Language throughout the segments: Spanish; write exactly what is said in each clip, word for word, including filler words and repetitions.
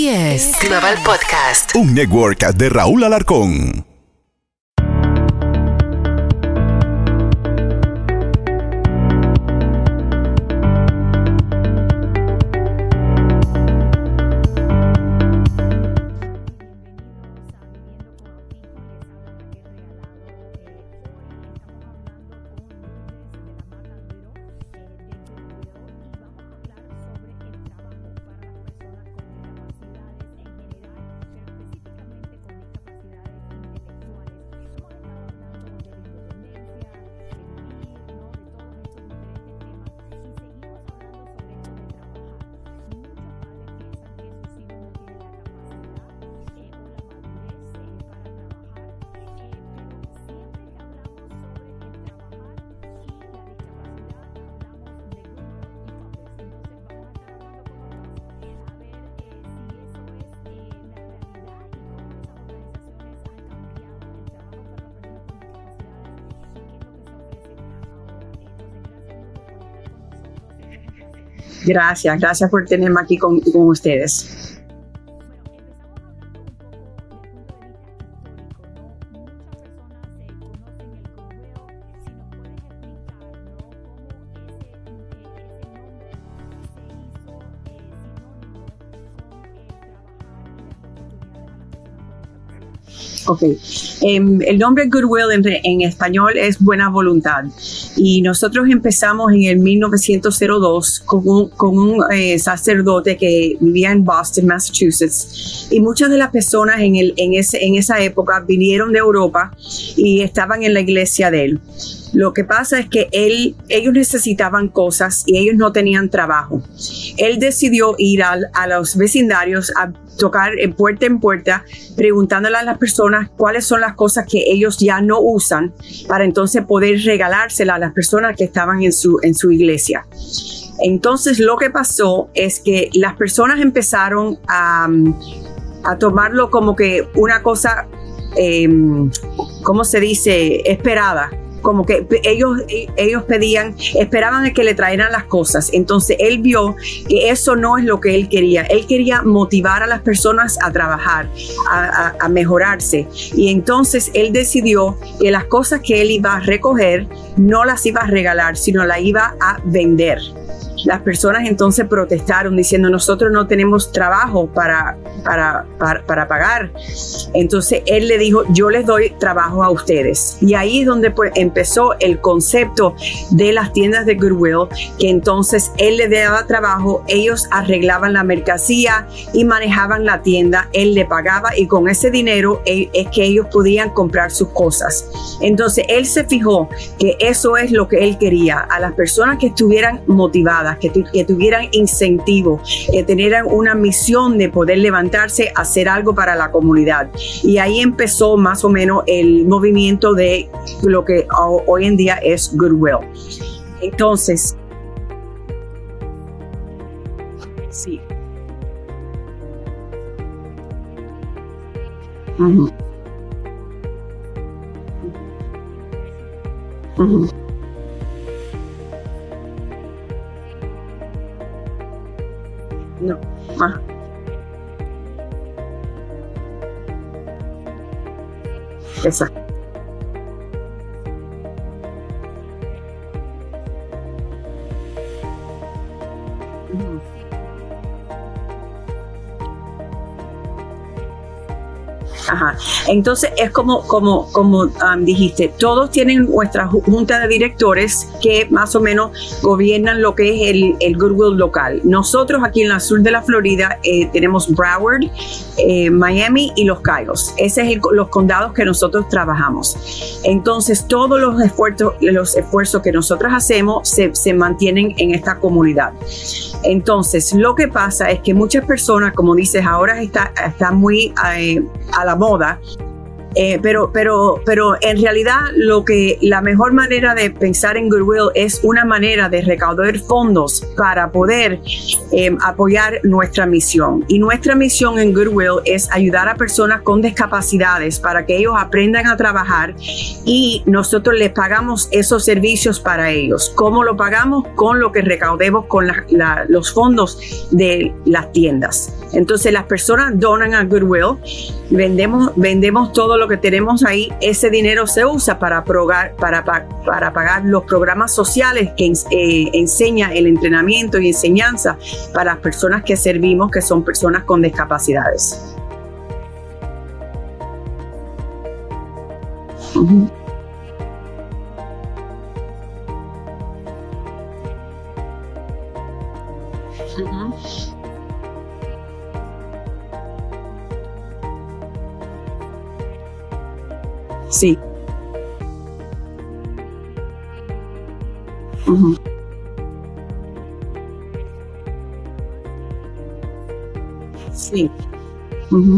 Así es. Global Podcast. Un network de Raúl Alarcón. Gracias, gracias por tenerme aquí con, con ustedes. Ok, um, el nombre Goodwill en, en español es buena voluntad y nosotros empezamos en el mil novecientos dos con un, con un eh, sacerdote que vivía en Boston, Massachusetts, y muchas de las personas en, el, en, ese, en esa época vinieron de Europa y estaban en la iglesia de él. Lo que pasa es que él, ellos necesitaban cosas y ellos no tenían trabajo. Él decidió ir a, a los vecindarios a tocar en puerta en puerta, preguntándole a las personas cuáles son las cosas que ellos ya no usan para entonces poder regalárselas a las personas que estaban en su, en su iglesia. Entonces lo que pasó es que las personas empezaron a, a tomarlo como que una cosa, eh, ¿cómo se dice? Esperada. Como que ellos, ellos pedían, esperaban a que le trajeran las cosas. Entonces él vio que eso no es lo que él quería. Él quería motivar a las personas a trabajar, a, a, a mejorarse. Y entonces él decidió que las cosas que él iba a recoger no las iba a regalar, sino las iba a vender. Las personas entonces protestaron diciendo, nosotros no tenemos trabajo para, para, para, para pagar. Entonces él le dijo, yo les doy trabajo a ustedes. Y ahí es donde pues, empezó el concepto de las tiendas de Goodwill, que entonces él les daba trabajo, ellos arreglaban la mercancía y manejaban la tienda, él le pagaba y con ese dinero él, es que ellos podían comprar sus cosas. Entonces él se fijó que eso es lo que él quería, a las personas que estuvieran motivadas, Que, tu, que tuvieran incentivo, que tuvieran una misión de poder levantarse a hacer algo para la comunidad. Y ahí empezó más o menos el movimiento de lo que hoy en día es Goodwill. Entonces, sí. Uh-huh. Uh-huh. No. Ah. Exacto. Uh-huh. Ajá. Entonces es como, como, como um, dijiste, todos tienen nuestra junta de directores que más o menos gobiernan lo que es el, el Goodwill local. Nosotros aquí en la sur de la Florida eh, tenemos Broward, eh, Miami y Los Cayos. Ese es el, los condados que nosotros trabajamos. Entonces todos los esfuerzos, los esfuerzos que nosotros hacemos se, se mantienen en esta comunidad. Entonces lo que pasa es que muchas personas, como dices, ahora está, está muy eh, a la moda, eh, pero, pero, pero en realidad lo que la mejor manera de pensar en Goodwill es una manera de recaudar fondos para poder eh, apoyar nuestra misión. Y nuestra misión en Goodwill es ayudar a personas con discapacidades para que ellos aprendan a trabajar y nosotros les pagamos esos servicios para ellos. ¿Cómo lo pagamos? Con lo que recaudemos con la, la, los fondos de las tiendas. Entonces las personas donan a Goodwill, vendemos, vendemos todo lo que tenemos ahí, ese dinero se usa para, progar, para, para pagar los programas sociales que eh, enseña el entrenamiento y enseñanza para las personas que servimos, que son personas con discapacidades. Uh-huh. Uh-huh. Sí. Uh-huh. Sí. Uh-huh.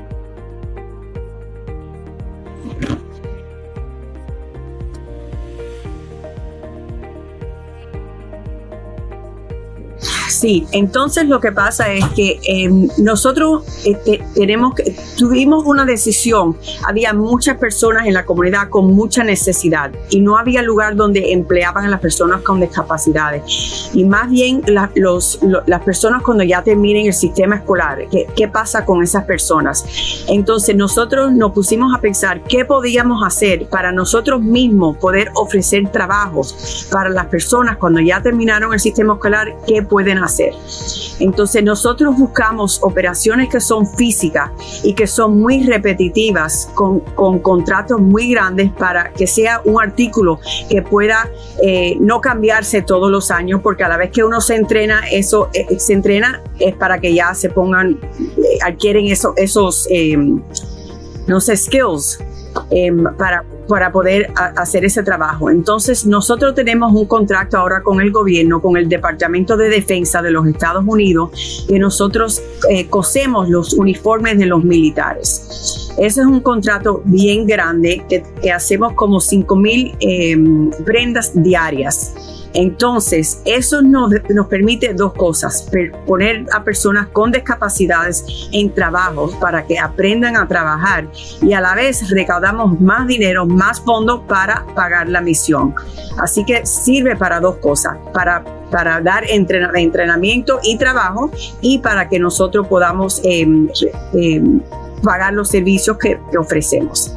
Sí, entonces lo que pasa es que eh, nosotros este, tenemos que, tuvimos una decisión. Había muchas personas en la comunidad con mucha necesidad y no había lugar donde empleaban a las personas con discapacidades. Y más bien la, los, lo, las personas cuando ya terminen el sistema escolar, ¿qué, qué pasa con esas personas? Entonces nosotros nos pusimos a pensar qué podíamos hacer para nosotros mismos poder ofrecer trabajos para las personas cuando ya terminaron el sistema escolar, qué pueden hacer. Entonces nosotros buscamos operaciones que son físicas y que son muy repetitivas con, con contratos muy grandes para que sea un artículo que pueda eh, no cambiarse todos los años, porque a la vez que uno se entrena, eso eh, se entrena es para que ya se pongan, eh, adquieren eso, esos, eh, no sé, skills eh, para para poder a, hacer ese trabajo. Entonces, nosotros tenemos un contrato ahora con el gobierno, con el Departamento de Defensa de los Estados Unidos, que nosotros eh, cosemos los uniformes de los militares. Ese es un contrato bien grande que, que hacemos como cinco mil eh, prendas diarias. Entonces, eso nos, nos permite dos cosas: poner a personas con discapacidades en trabajos para que aprendan a trabajar, y a la vez recaudamos más dinero, más fondos para pagar la misión. Así que sirve para dos cosas: para, para dar entren- entrenamiento y trabajo, y para que nosotros podamos eh, eh, pagar los servicios que, que ofrecemos.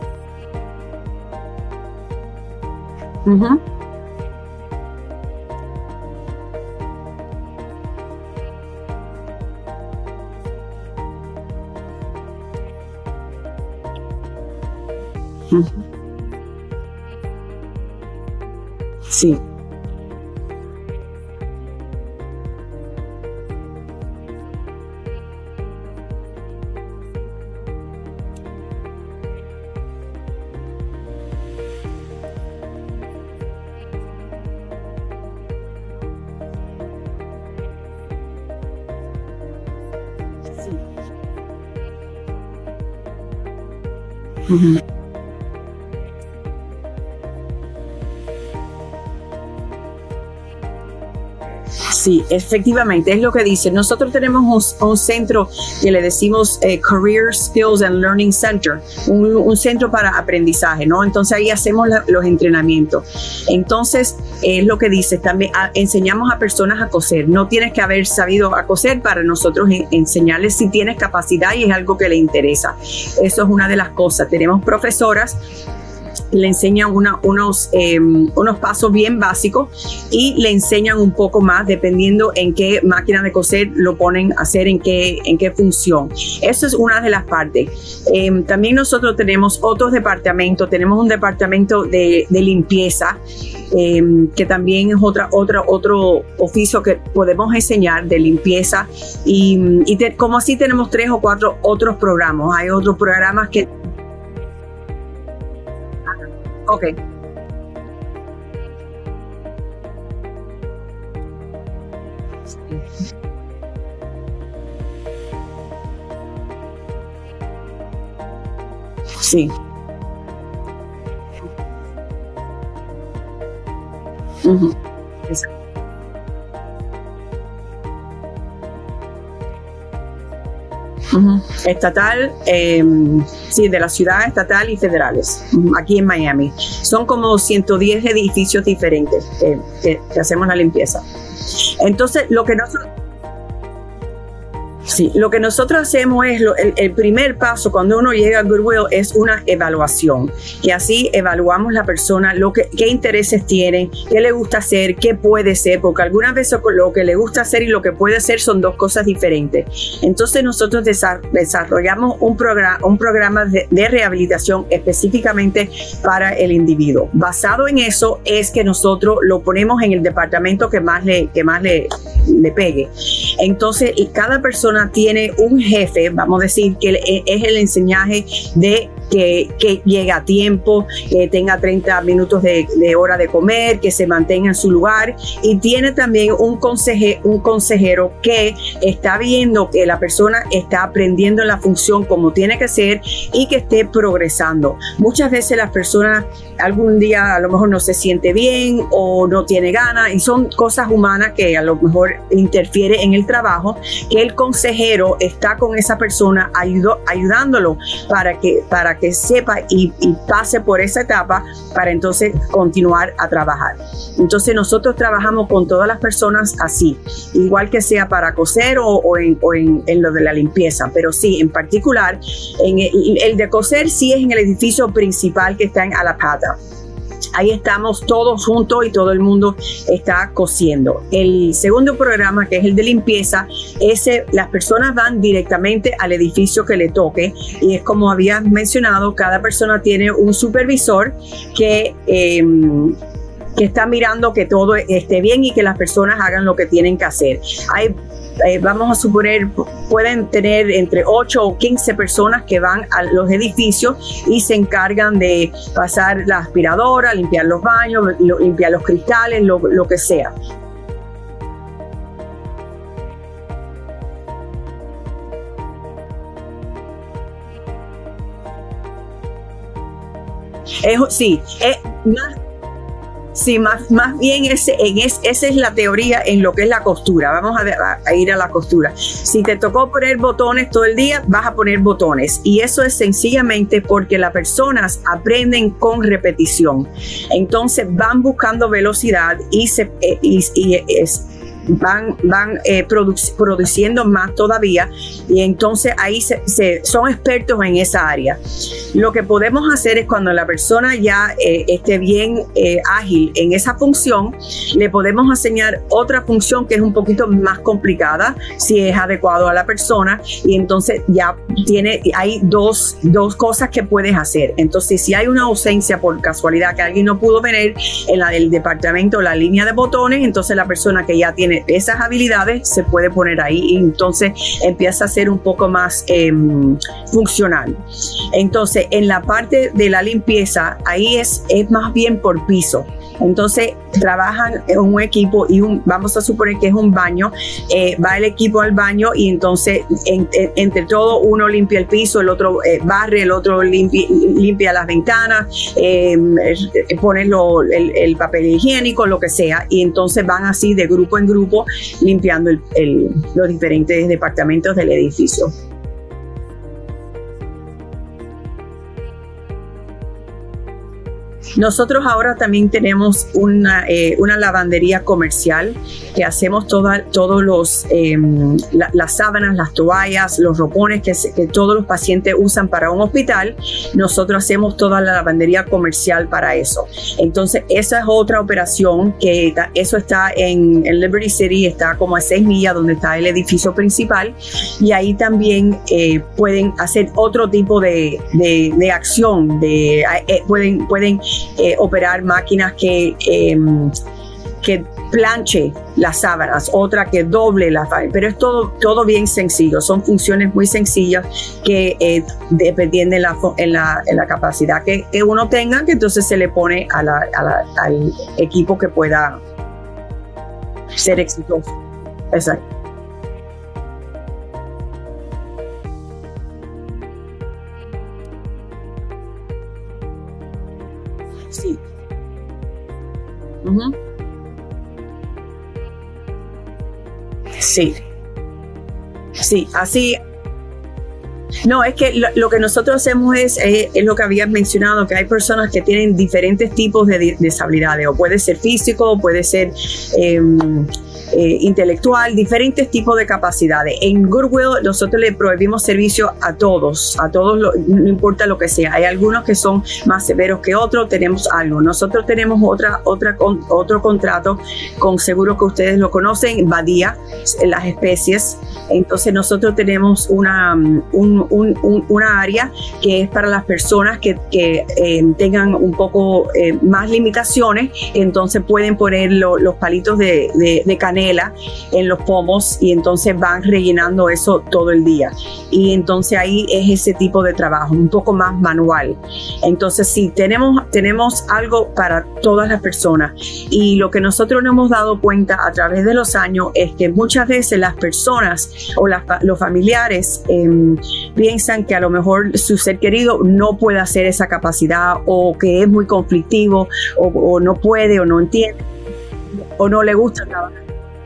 Uh-huh. Uh-huh. Sí. Sí. Uh-huh. Sí, efectivamente, es lo que dice. Nosotros tenemos un, un centro que le decimos eh, Career Skills and Learning Center, un, un centro para aprendizaje, ¿no? Entonces ahí hacemos la, los entrenamientos. Entonces, es lo que dice, también a, enseñamos a personas a coser. No tienes que haber sabido a coser para nosotros en, enseñarles si tienes capacidad y es algo que le interesa. Eso es una de las cosas. Tenemos profesoras, le enseñan una, unos, eh, unos pasos bien básicos y le enseñan un poco más dependiendo en qué máquina de coser lo ponen a hacer, en qué, en qué función. Eso es una de las partes. Eh, también nosotros tenemos otros departamentos. Tenemos un departamento de, de limpieza, eh, que también es otra, otra, otro oficio que podemos enseñar de limpieza. Y, y te, como así tenemos tres o cuatro otros programas. Hay otros programas que... Ok. Sí. Uh-huh. Exacto. Uh-huh. Estatal, eh, sí, de la ciudad, estatal y federales, uh-huh, aquí en Miami. Son como ciento diez edificios diferentes eh, que, que hacemos la limpieza. Entonces, lo que nosotros... Sí, lo que nosotros hacemos es, lo, el, el primer paso cuando uno llega a Goodwill es una evaluación, que así evaluamos la persona, lo que, qué intereses tiene, qué le gusta hacer, qué puede ser, porque algunas veces lo que le gusta hacer y lo que puede hacer son dos cosas diferentes. Entonces nosotros desarrollamos un programa, un programa de, de rehabilitación específicamente para el individuo. Basado en eso es que nosotros lo ponemos en el departamento que más le, que más le, le pegue. Entonces, y cada persona tiene un jefe, vamos a decir, que es el enseñaje de que, que llegue a tiempo, que tenga treinta minutos de, de hora de comer, que se mantenga en su lugar, y tiene también un, conseje, un consejero que está viendo que la persona está aprendiendo la función como tiene que ser y que esté progresando. Muchas veces las personas algún día a lo mejor no se siente bien o no tiene ganas, y son cosas humanas que a lo mejor interfiere en el trabajo, que el consejero está con esa persona ayudo, ayudándolo para que, para que sepa y, y pase por esa etapa para entonces continuar a trabajar. Entonces nosotros trabajamos con todas las personas así, igual que sea para coser o, o, en, o en, en lo de la limpieza, pero sí, en particular, en el, el de coser sí es en el edificio principal que está en Alapata. Ahí estamos todos juntos y todo el mundo está cosiendo. El segundo programa, que es el de limpieza, ese, las personas van directamente al edificio que le toque, y es como había mencionado, cada persona tiene un supervisor que... Eh, que está mirando que todo esté bien y que las personas hagan lo que tienen que hacer. Hay, eh, vamos a suponer, pueden tener entre ocho o quince personas que van a los edificios y se encargan de pasar la aspiradora, limpiar los baños, limpiar los cristales, lo, lo que sea. Es, sí, es más... Sí, más, más bien ese, en es, esa es la teoría en lo que es la costura. Vamos a, a, a ir a la costura. Si te tocó poner botones todo el día, vas a poner botones. Y eso es sencillamente porque las personas aprenden con repetición. Entonces van buscando velocidad y, se, eh, y, y es... van, van eh, produ- produciendo más todavía, y entonces ahí se, se, son expertos en esa área. Lo que podemos hacer es, cuando la persona ya eh, esté bien eh, ágil en esa función, le podemos enseñar otra función que es un poquito más complicada, si es adecuado a la persona, y entonces ya tiene, hay dos, dos cosas que puedes hacer. Entonces, si hay una ausencia por casualidad, que alguien no pudo venir en la del departamento, la línea de botones, entonces la persona que ya tiene esas habilidades se puede poner ahí, y entonces empieza a ser un poco más eh, funcional. Entonces, en la parte de la limpieza, ahí es, es más bien por piso. Entonces trabajan en un equipo y un, vamos a suponer que es un baño, eh, va el equipo al baño, y entonces en, en, entre todo uno limpia el piso, el otro eh, barre, el otro limpia, limpia las ventanas, eh, pone lo, el, el papel higiénico, lo que sea, y entonces van así de grupo en grupo limpiando el, el, los diferentes departamentos del edificio. Nosotros ahora también tenemos una, eh, una lavandería comercial que hacemos toda, todos los, eh, la, las sábanas, las toallas, los ropones que, se, que todos los pacientes usan para un hospital. Nosotros hacemos toda la lavandería comercial para eso. Entonces, esa es otra operación que eso está en, en Liberty City, está como a seis millas donde está el edificio principal, y ahí también eh, pueden hacer otro tipo de, de, de acción, de, eh, pueden, pueden Eh, operar máquinas que, eh, que planche las sábanas, otra que doble las sábanas, pero es todo, todo bien sencillo, son funciones muy sencillas que eh, dependiendo en la, en, la, en la capacidad que, que uno tenga, que entonces se le pone a la, a la, al equipo que pueda ser exitoso. Exacto. Sí. Uh-huh. Sí. Sí, así. No, es que lo, lo que nosotros hacemos es, es, es lo que habías mencionado, que hay personas que tienen diferentes tipos de disabilidades, o puede ser físico, o puede ser eh, eh, intelectual, diferentes tipos de capacidades. En Goodwill nosotros le prohibimos servicio a todos, a todos, lo, no importa lo que sea. Hay algunos que son más severos que otros, tenemos algo. Nosotros tenemos otra, otra, con, otro contrato con, seguro que ustedes lo conocen, Badía, las especies. Entonces nosotros tenemos una, un, un, un, una área que es para las personas que, que eh, tengan un poco eh, más limitaciones, entonces pueden poner lo, los palitos de, de, de canela en los pomos y entonces van rellenando eso todo el día. Y entonces ahí es ese tipo de trabajo, un poco más manual. Entonces sí, tenemos, tenemos algo para todas las personas. Y lo que nosotros nos hemos dado cuenta a través de los años es que muchas veces las personas o las, los familiares eh, piensan que a lo mejor su ser querido no puede hacer esa capacidad o que es muy conflictivo o, o no puede o no entiende o no le gusta trabajar.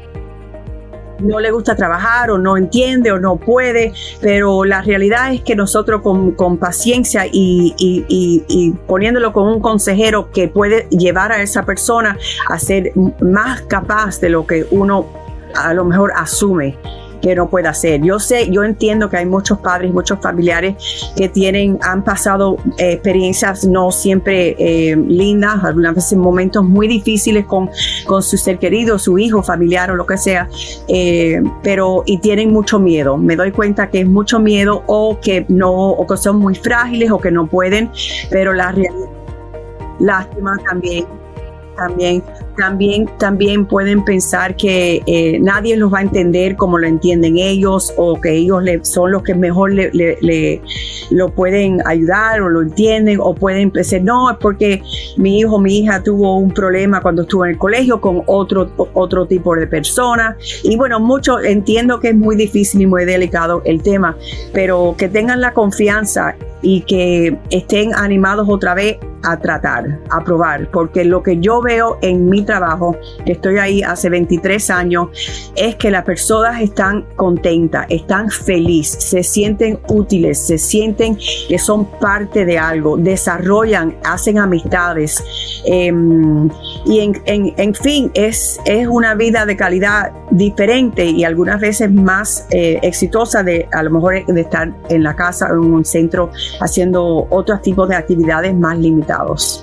No le gusta trabajar o no entiende o no puede, pero la realidad es que nosotros con, con paciencia y, y, y, y poniéndolo con un consejero que puede llevar a esa persona a ser más capaz de lo que uno a lo mejor asume que no puede hacer. Yo sé, yo entiendo que hay muchos padres, muchos familiares que tienen, han pasado eh, experiencias no siempre eh, lindas, algunas veces momentos muy difíciles con, con su ser querido, su hijo, familiar o lo que sea, eh, pero y tienen mucho miedo. Me doy cuenta que es mucho miedo o que no, o que son muy frágiles o que no pueden, pero la realidad, lástima también. También, también, también pueden pensar que eh, nadie los va a entender como lo entienden ellos o que ellos le, son los que mejor le, le, le, lo pueden ayudar o lo entienden o pueden pensar, no, es porque mi hijo o mi hija tuvo un problema cuando estuvo en el colegio con otro, otro tipo de persona. Y bueno, mucho, entiendo que es muy difícil y muy delicado el tema, pero que tengan la confianza y que estén animados otra vez a tratar, a probar, porque lo que yo veo en mi trabajo, que estoy ahí hace veintitrés años, es que las personas están contentas, están felices, se sienten útiles, se sienten que son parte de algo, desarrollan, hacen amistades eh, y en, en, en fin, es, es una vida de calidad diferente y algunas veces más eh, exitosa de a lo mejor de estar en la casa o en un centro haciendo otros tipos de actividades más limitadas.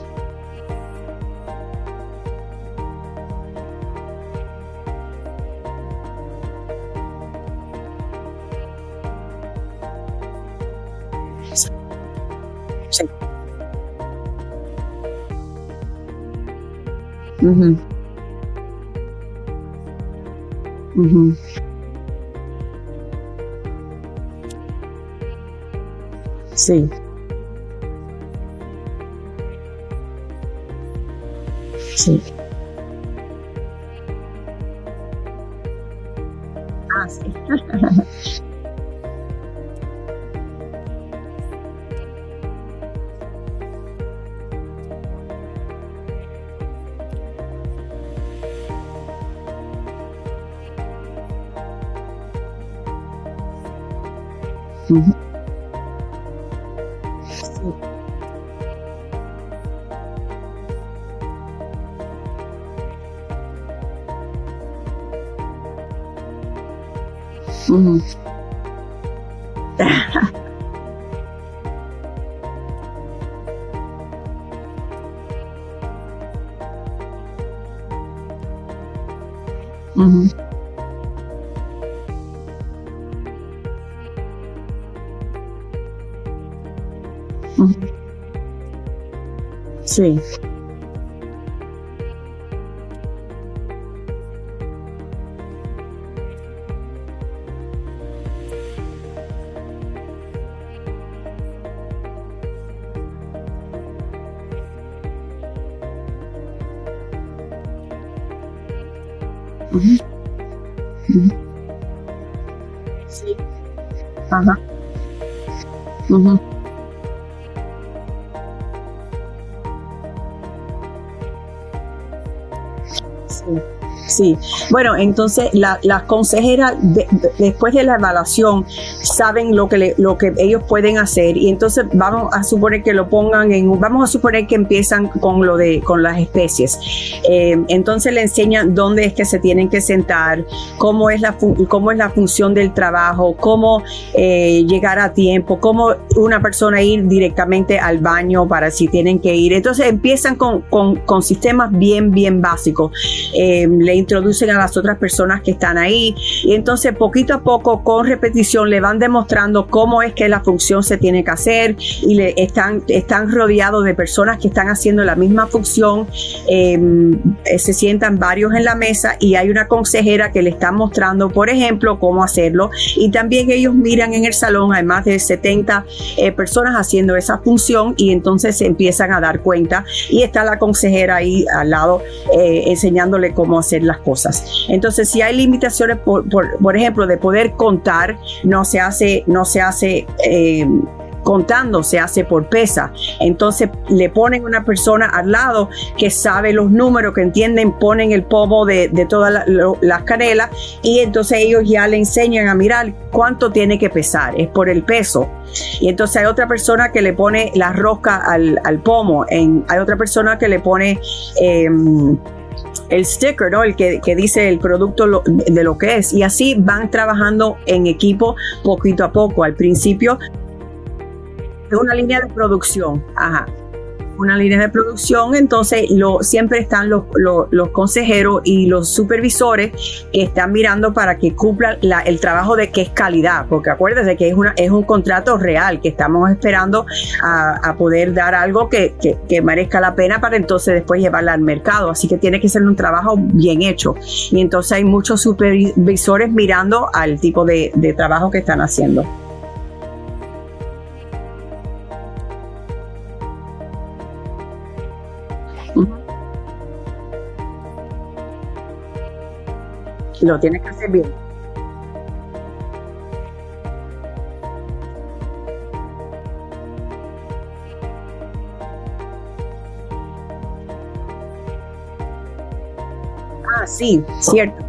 Sí. Sí. Uh-huh. Uh-huh. Sí. Sí. Ah, sí. Uh-huh. Sí. Uh-huh. Uh-huh. Uh-huh. Sí. Uh-huh. Uh-huh. Sí. Ajá. Uh-huh. Sí. Sí, bueno, entonces la, las consejeras de, de, después de la evaluación saben lo que le, lo que ellos pueden hacer y entonces vamos a suponer que lo pongan en, vamos a suponer que empiezan con lo de con las especies. Eh, entonces le enseñan dónde es que se tienen que sentar, cómo es la cómo es la función del trabajo, cómo eh, llegar a tiempo, cómo una persona ir directamente al baño para si tienen que ir. Entonces empiezan con con, con sistemas bien bien básicos. Eh, le introducen a las otras personas que están ahí y entonces poquito a poco con repetición le van demostrando cómo es que la función se tiene que hacer y le están, están rodeados de personas que están haciendo la misma función. Eh, se sientan varios en la mesa y hay una consejera que le está mostrando, por ejemplo, cómo hacerlo y también ellos miran en el salón, hay más de setenta eh, personas haciendo esa función y entonces se empiezan a dar cuenta y está la consejera ahí al lado eh, enseñándole cómo hacer las cosas. Entonces, si hay limitaciones, por, por, por ejemplo, de poder contar, no se hace, no se hace eh, contando, se hace por pesa. Entonces, le ponen una persona al lado que sabe los números, que entienden, ponen el pomo de, de todas la, lo, las canelas y entonces ellos ya le enseñan a mirar cuánto tiene que pesar, es por el peso. Y entonces hay otra persona que le pone la rosca al, al pomo, en, hay otra persona que le pone eh, el sticker, ¿no? El que, que dice el producto lo, de lo que es. Y así van trabajando en equipo poquito a poco. Al principio es una línea de producción. Ajá. Una línea de producción, entonces lo, siempre están los, los, los consejeros y los supervisores que están mirando para que cumplan la, el trabajo de que es calidad, porque acuérdense que es, una, es un contrato real, que estamos esperando a, a poder dar algo que, que, que merezca la pena para entonces después llevarla al mercado, así que tiene que ser un trabajo bien hecho y entonces hay muchos supervisores mirando al tipo de, de trabajo que están haciendo. Lo tienes que hacer bien. Ah, sí, cierto.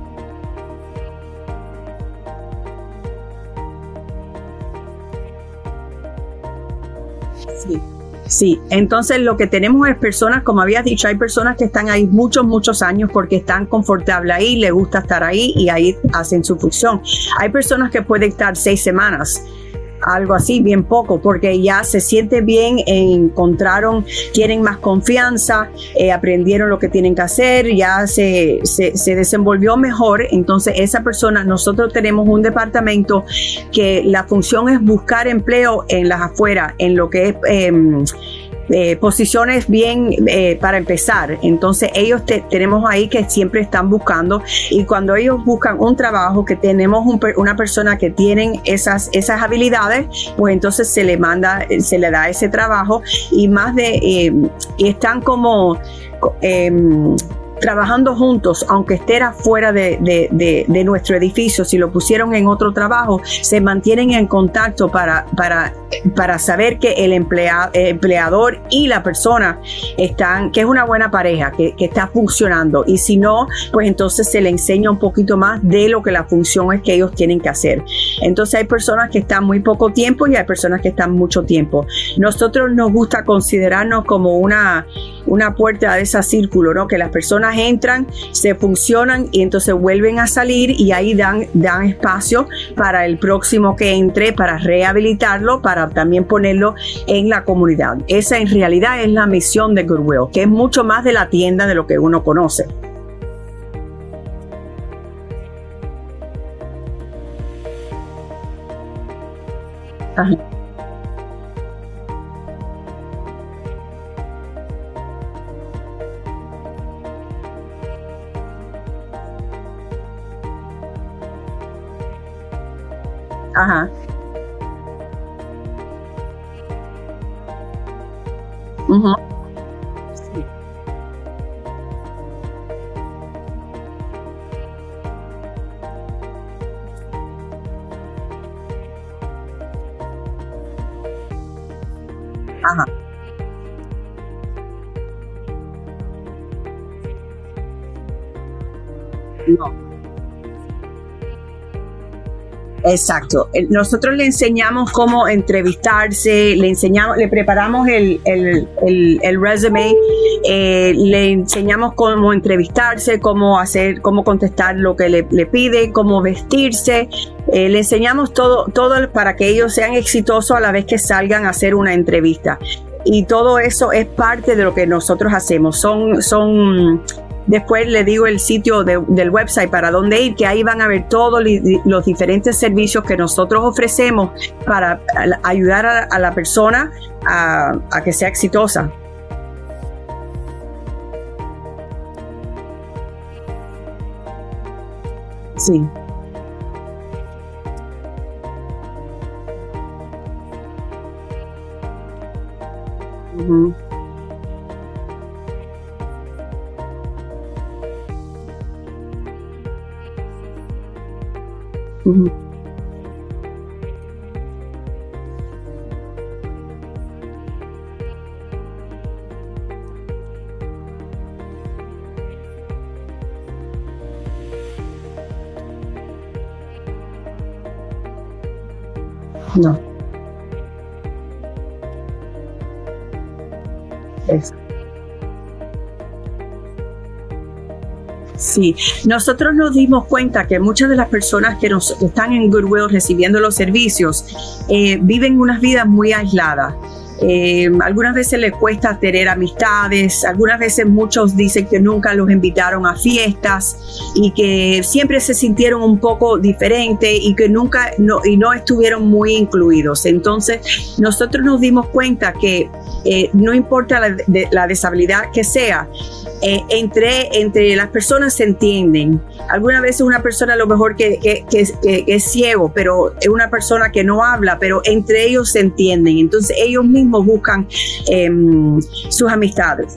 Sí. Sí, entonces lo que tenemos es personas, como habías dicho, hay personas que están ahí muchos, muchos años porque están confortables ahí, les gusta estar ahí y ahí hacen su función. Hay personas que pueden estar seis semanas, algo así, bien poco, porque ya se siente bien, eh, encontraron, tienen más confianza, eh, aprendieron lo que tienen que hacer, ya se, se, se desenvolvió mejor. Entonces esa persona, nosotros tenemos un departamento que la función es buscar empleo en las afueras, en lo que es eh, Eh, posiciones bien eh, para empezar. Entonces ellos te, tenemos ahí que siempre están buscando y cuando ellos buscan un trabajo que tenemos un, una persona que tienen esas, esas habilidades, pues entonces se le manda, se le da ese trabajo y más de eh, y están como eh, trabajando juntos, aunque estén afuera de, de, de, de nuestro edificio. Si lo pusieron en otro trabajo, se mantienen en contacto para, para, para saber que el, emplea, el empleador y la persona están, que es una buena pareja, que, que está funcionando. Y si no, pues entonces se le enseña un poquito más de lo que la función es que ellos tienen que hacer. Entonces hay personas que están muy poco tiempo y hay personas que están mucho tiempo. Nosotros nos gusta considerarnos como una, una puerta de ese círculo, ¿no? Que las personas entran, se funcionan y entonces vuelven a salir y ahí dan, dan espacio para el próximo que entre, para rehabilitarlo, para también ponerlo en la comunidad. Esa en realidad es la misión de Goodwill, que es mucho más de la tienda de lo que uno conoce. Ajá. Ajá. Uh-huh. Sí. Ajá. No. Exacto. Nosotros le enseñamos cómo entrevistarse, le enseñamos, le preparamos el, el, el, el resume, eh, le enseñamos cómo entrevistarse, cómo hacer, cómo contestar lo que le, le pide, cómo vestirse. Eh, le enseñamos todo, todo para que ellos sean exitosos a la vez que salgan a hacer una entrevista. Y todo eso es parte de lo que nosotros hacemos. Son, son Después le digo el sitio de, del website para dónde ir, que ahí van a ver todos los diferentes servicios que nosotros ofrecemos para ayudar a, a la persona a, a que sea exitosa. Sí. Uh-huh. Uh-huh. No. Eso. Sí, nosotros nos dimos cuenta que muchas de las personas que, nos, que están en Goodwill recibiendo los servicios eh, viven unas vidas muy aisladas. Eh, algunas veces les cuesta tener amistades, algunas veces muchos dicen que nunca los invitaron a fiestas y que siempre se sintieron un poco diferentes y que nunca no, y no estuvieron muy incluidos. Entonces nosotros nos dimos cuenta que eh, no importa la, de, la deshabilidad que sea, Eh, entre, entre las personas se entienden. Algunas veces una persona a lo mejor que, que, que, que, que es ciego, pero es una persona que no habla, pero entre ellos se entienden. Entonces ellos mismos buscan eh, sus amistades.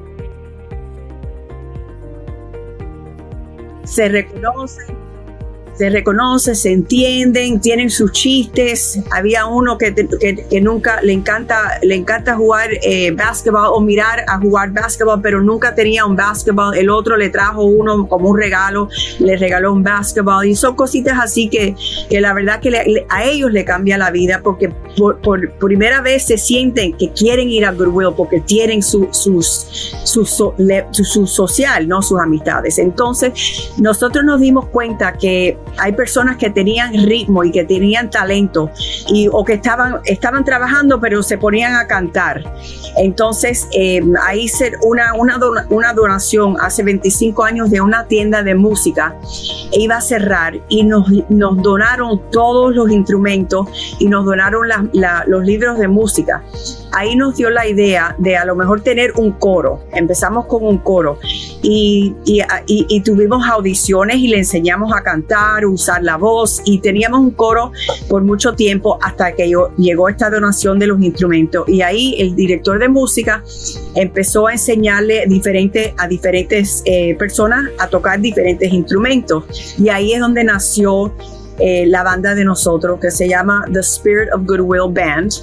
Se reconocen. Se reconoce, se entienden, tienen sus chistes. Había uno que, que, que nunca le encanta, le encanta jugar eh, básquetbol o mirar a jugar básquetbol, pero nunca tenía un básquetbol. El otro le trajo uno como un regalo, le regaló un básquetbol. Y son cositas así que, que la verdad que le, le, a ellos le cambia la vida, porque por, por primera vez se sienten que quieren ir a Goodwill porque tienen su, sus, su, su, le, su, su social, ¿no? Sus amistades. Entonces nosotros nos dimos cuenta que hay personas que tenían ritmo y que tenían talento y, o que estaban, estaban trabajando pero se ponían a cantar. Entonces eh, ahí hice una, una, don, una donación hace veinticinco años de una tienda de música. E iba a cerrar y nos, nos donaron todos los instrumentos y nos donaron la, la, los libros de música. Ahí nos dio la idea de a lo mejor tener un coro. Empezamos con un coro y, y, y, y tuvimos audiciones y le enseñamos a cantar, usar la voz, y teníamos un coro por mucho tiempo hasta que yo, llegó esta donación de los instrumentos. Y ahí el director de música empezó a enseñarle diferente, a diferentes eh, personas a tocar diferentes instrumentos. Y ahí es donde nació eh, la banda de nosotros, que se llama The Spirit of Goodwill Band.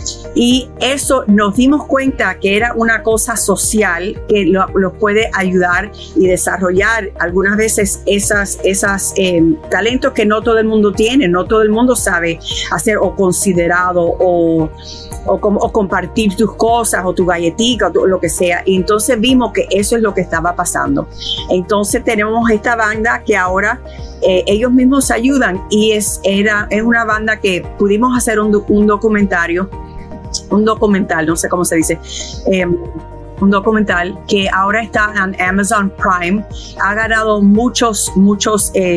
Y eso nos dimos cuenta que era una cosa social que los lo puede ayudar y desarrollar algunas veces esas, esas eh, talentos que no todo el mundo tiene, no todo el mundo sabe hacer o considerado o, o, o compartir tus cosas o tu galletita o lo que sea. Y entonces vimos que eso es lo que estaba pasando. Entonces tenemos esta banda que ahora eh, ellos mismos ayudan y es, era, es una banda que pudimos hacer un, un documentario un documental, no sé cómo se dice, eh, un documental que ahora está en Amazon Prime. Ha ganado muchos, muchos eh,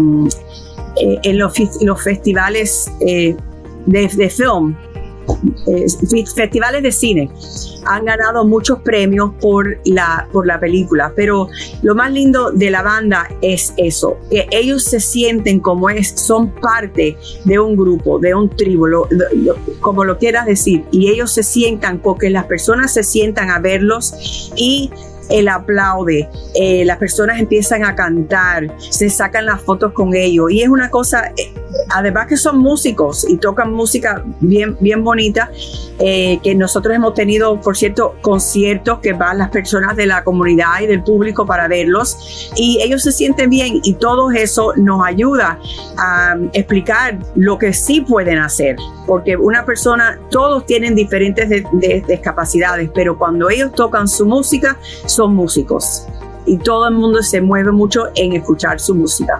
eh, en los, los festivales eh, de, de film, eh, festivales de cine. Han ganado muchos premios por la, por la película, pero lo más lindo de la banda es eso, que ellos se sienten como es, son parte de un grupo, de un tribu, lo, lo, como lo quieras decir, y ellos se sientan porque las personas se sientan a verlos y él aplaude, eh, las personas empiezan a cantar, se sacan las fotos con ellos y es una cosa, eh, además que son músicos y tocan música bien, bien bonita, eh, que nosotros hemos tenido, por cierto, conciertos que van las personas de la comunidad y del público para verlos y ellos se sienten bien y todo eso nos ayuda a explicar lo que sí pueden hacer, porque una persona, todos tienen diferentes de, de, discapacidades, pero cuando ellos tocan su música, son músicos y todo el mundo se mueve mucho en escuchar su música.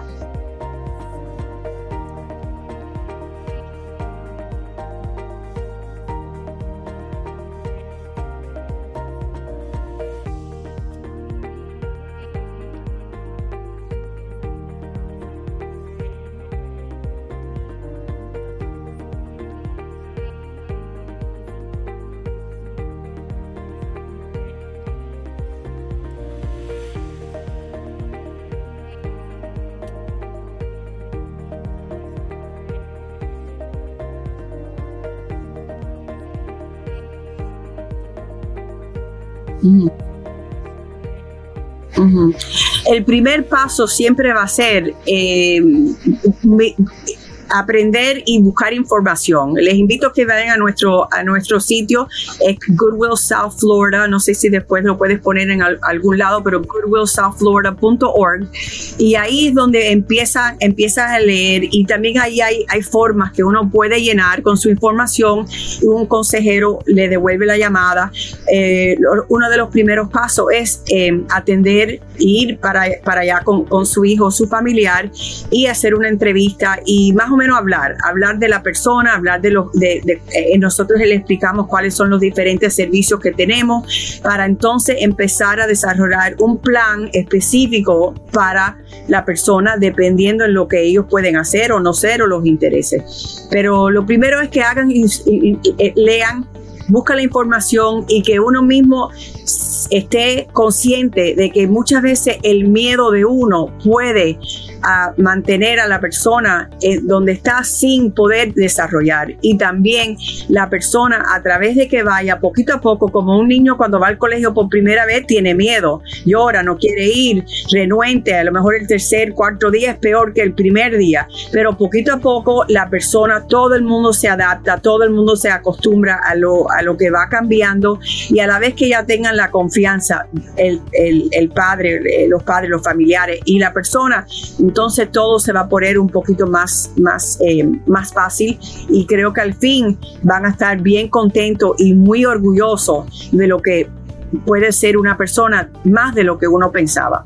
Uh-huh. Uh-huh. El primer paso siempre va a ser eh, me, aprender y buscar información. Les invito a que vayan a nuestro, a nuestro sitio, es Goodwill South Florida, no sé si después lo puedes poner en al, algún lado, pero goodwill south florida punto org, y ahí es donde empieza, empiezas a leer y también ahí hay, hay formas que uno puede llenar con su información y un consejero le devuelve la llamada. Eh, uno de los primeros pasos es eh, atender, ir para, para allá con, con su hijo, su familiar y hacer una entrevista y más o menos hablar, hablar de la persona, hablar de los, de, de eh, nosotros le explicamos cuáles son los diferentes servicios que tenemos para entonces empezar a desarrollar un plan específico para la persona dependiendo de lo que ellos pueden hacer o no hacer o los intereses. Pero lo primero es que hagan y, y, y lean, busca la información y que uno mismo esté consciente de que muchas veces el miedo de uno puede a mantener a la persona eh, donde está sin poder desarrollar, y también la persona a través de que vaya poquito a poco, como un niño cuando va al colegio por primera vez tiene miedo, llora, no quiere ir, renuente, a lo mejor el tercer, cuarto día es peor que el primer día, pero poquito a poco la persona, todo el mundo se adapta, todo el mundo se acostumbra a lo, a lo que va cambiando, y a la vez que ya tengan la confianza el, el, el padre, los padres, los familiares y la persona, entonces todo se va a poner un poquito más, más, eh, más fácil, y creo que al fin van a estar bien contentos y muy orgullosos de lo que puede ser una persona más de lo que uno pensaba.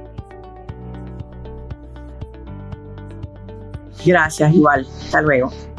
Gracias, igual. Hasta luego.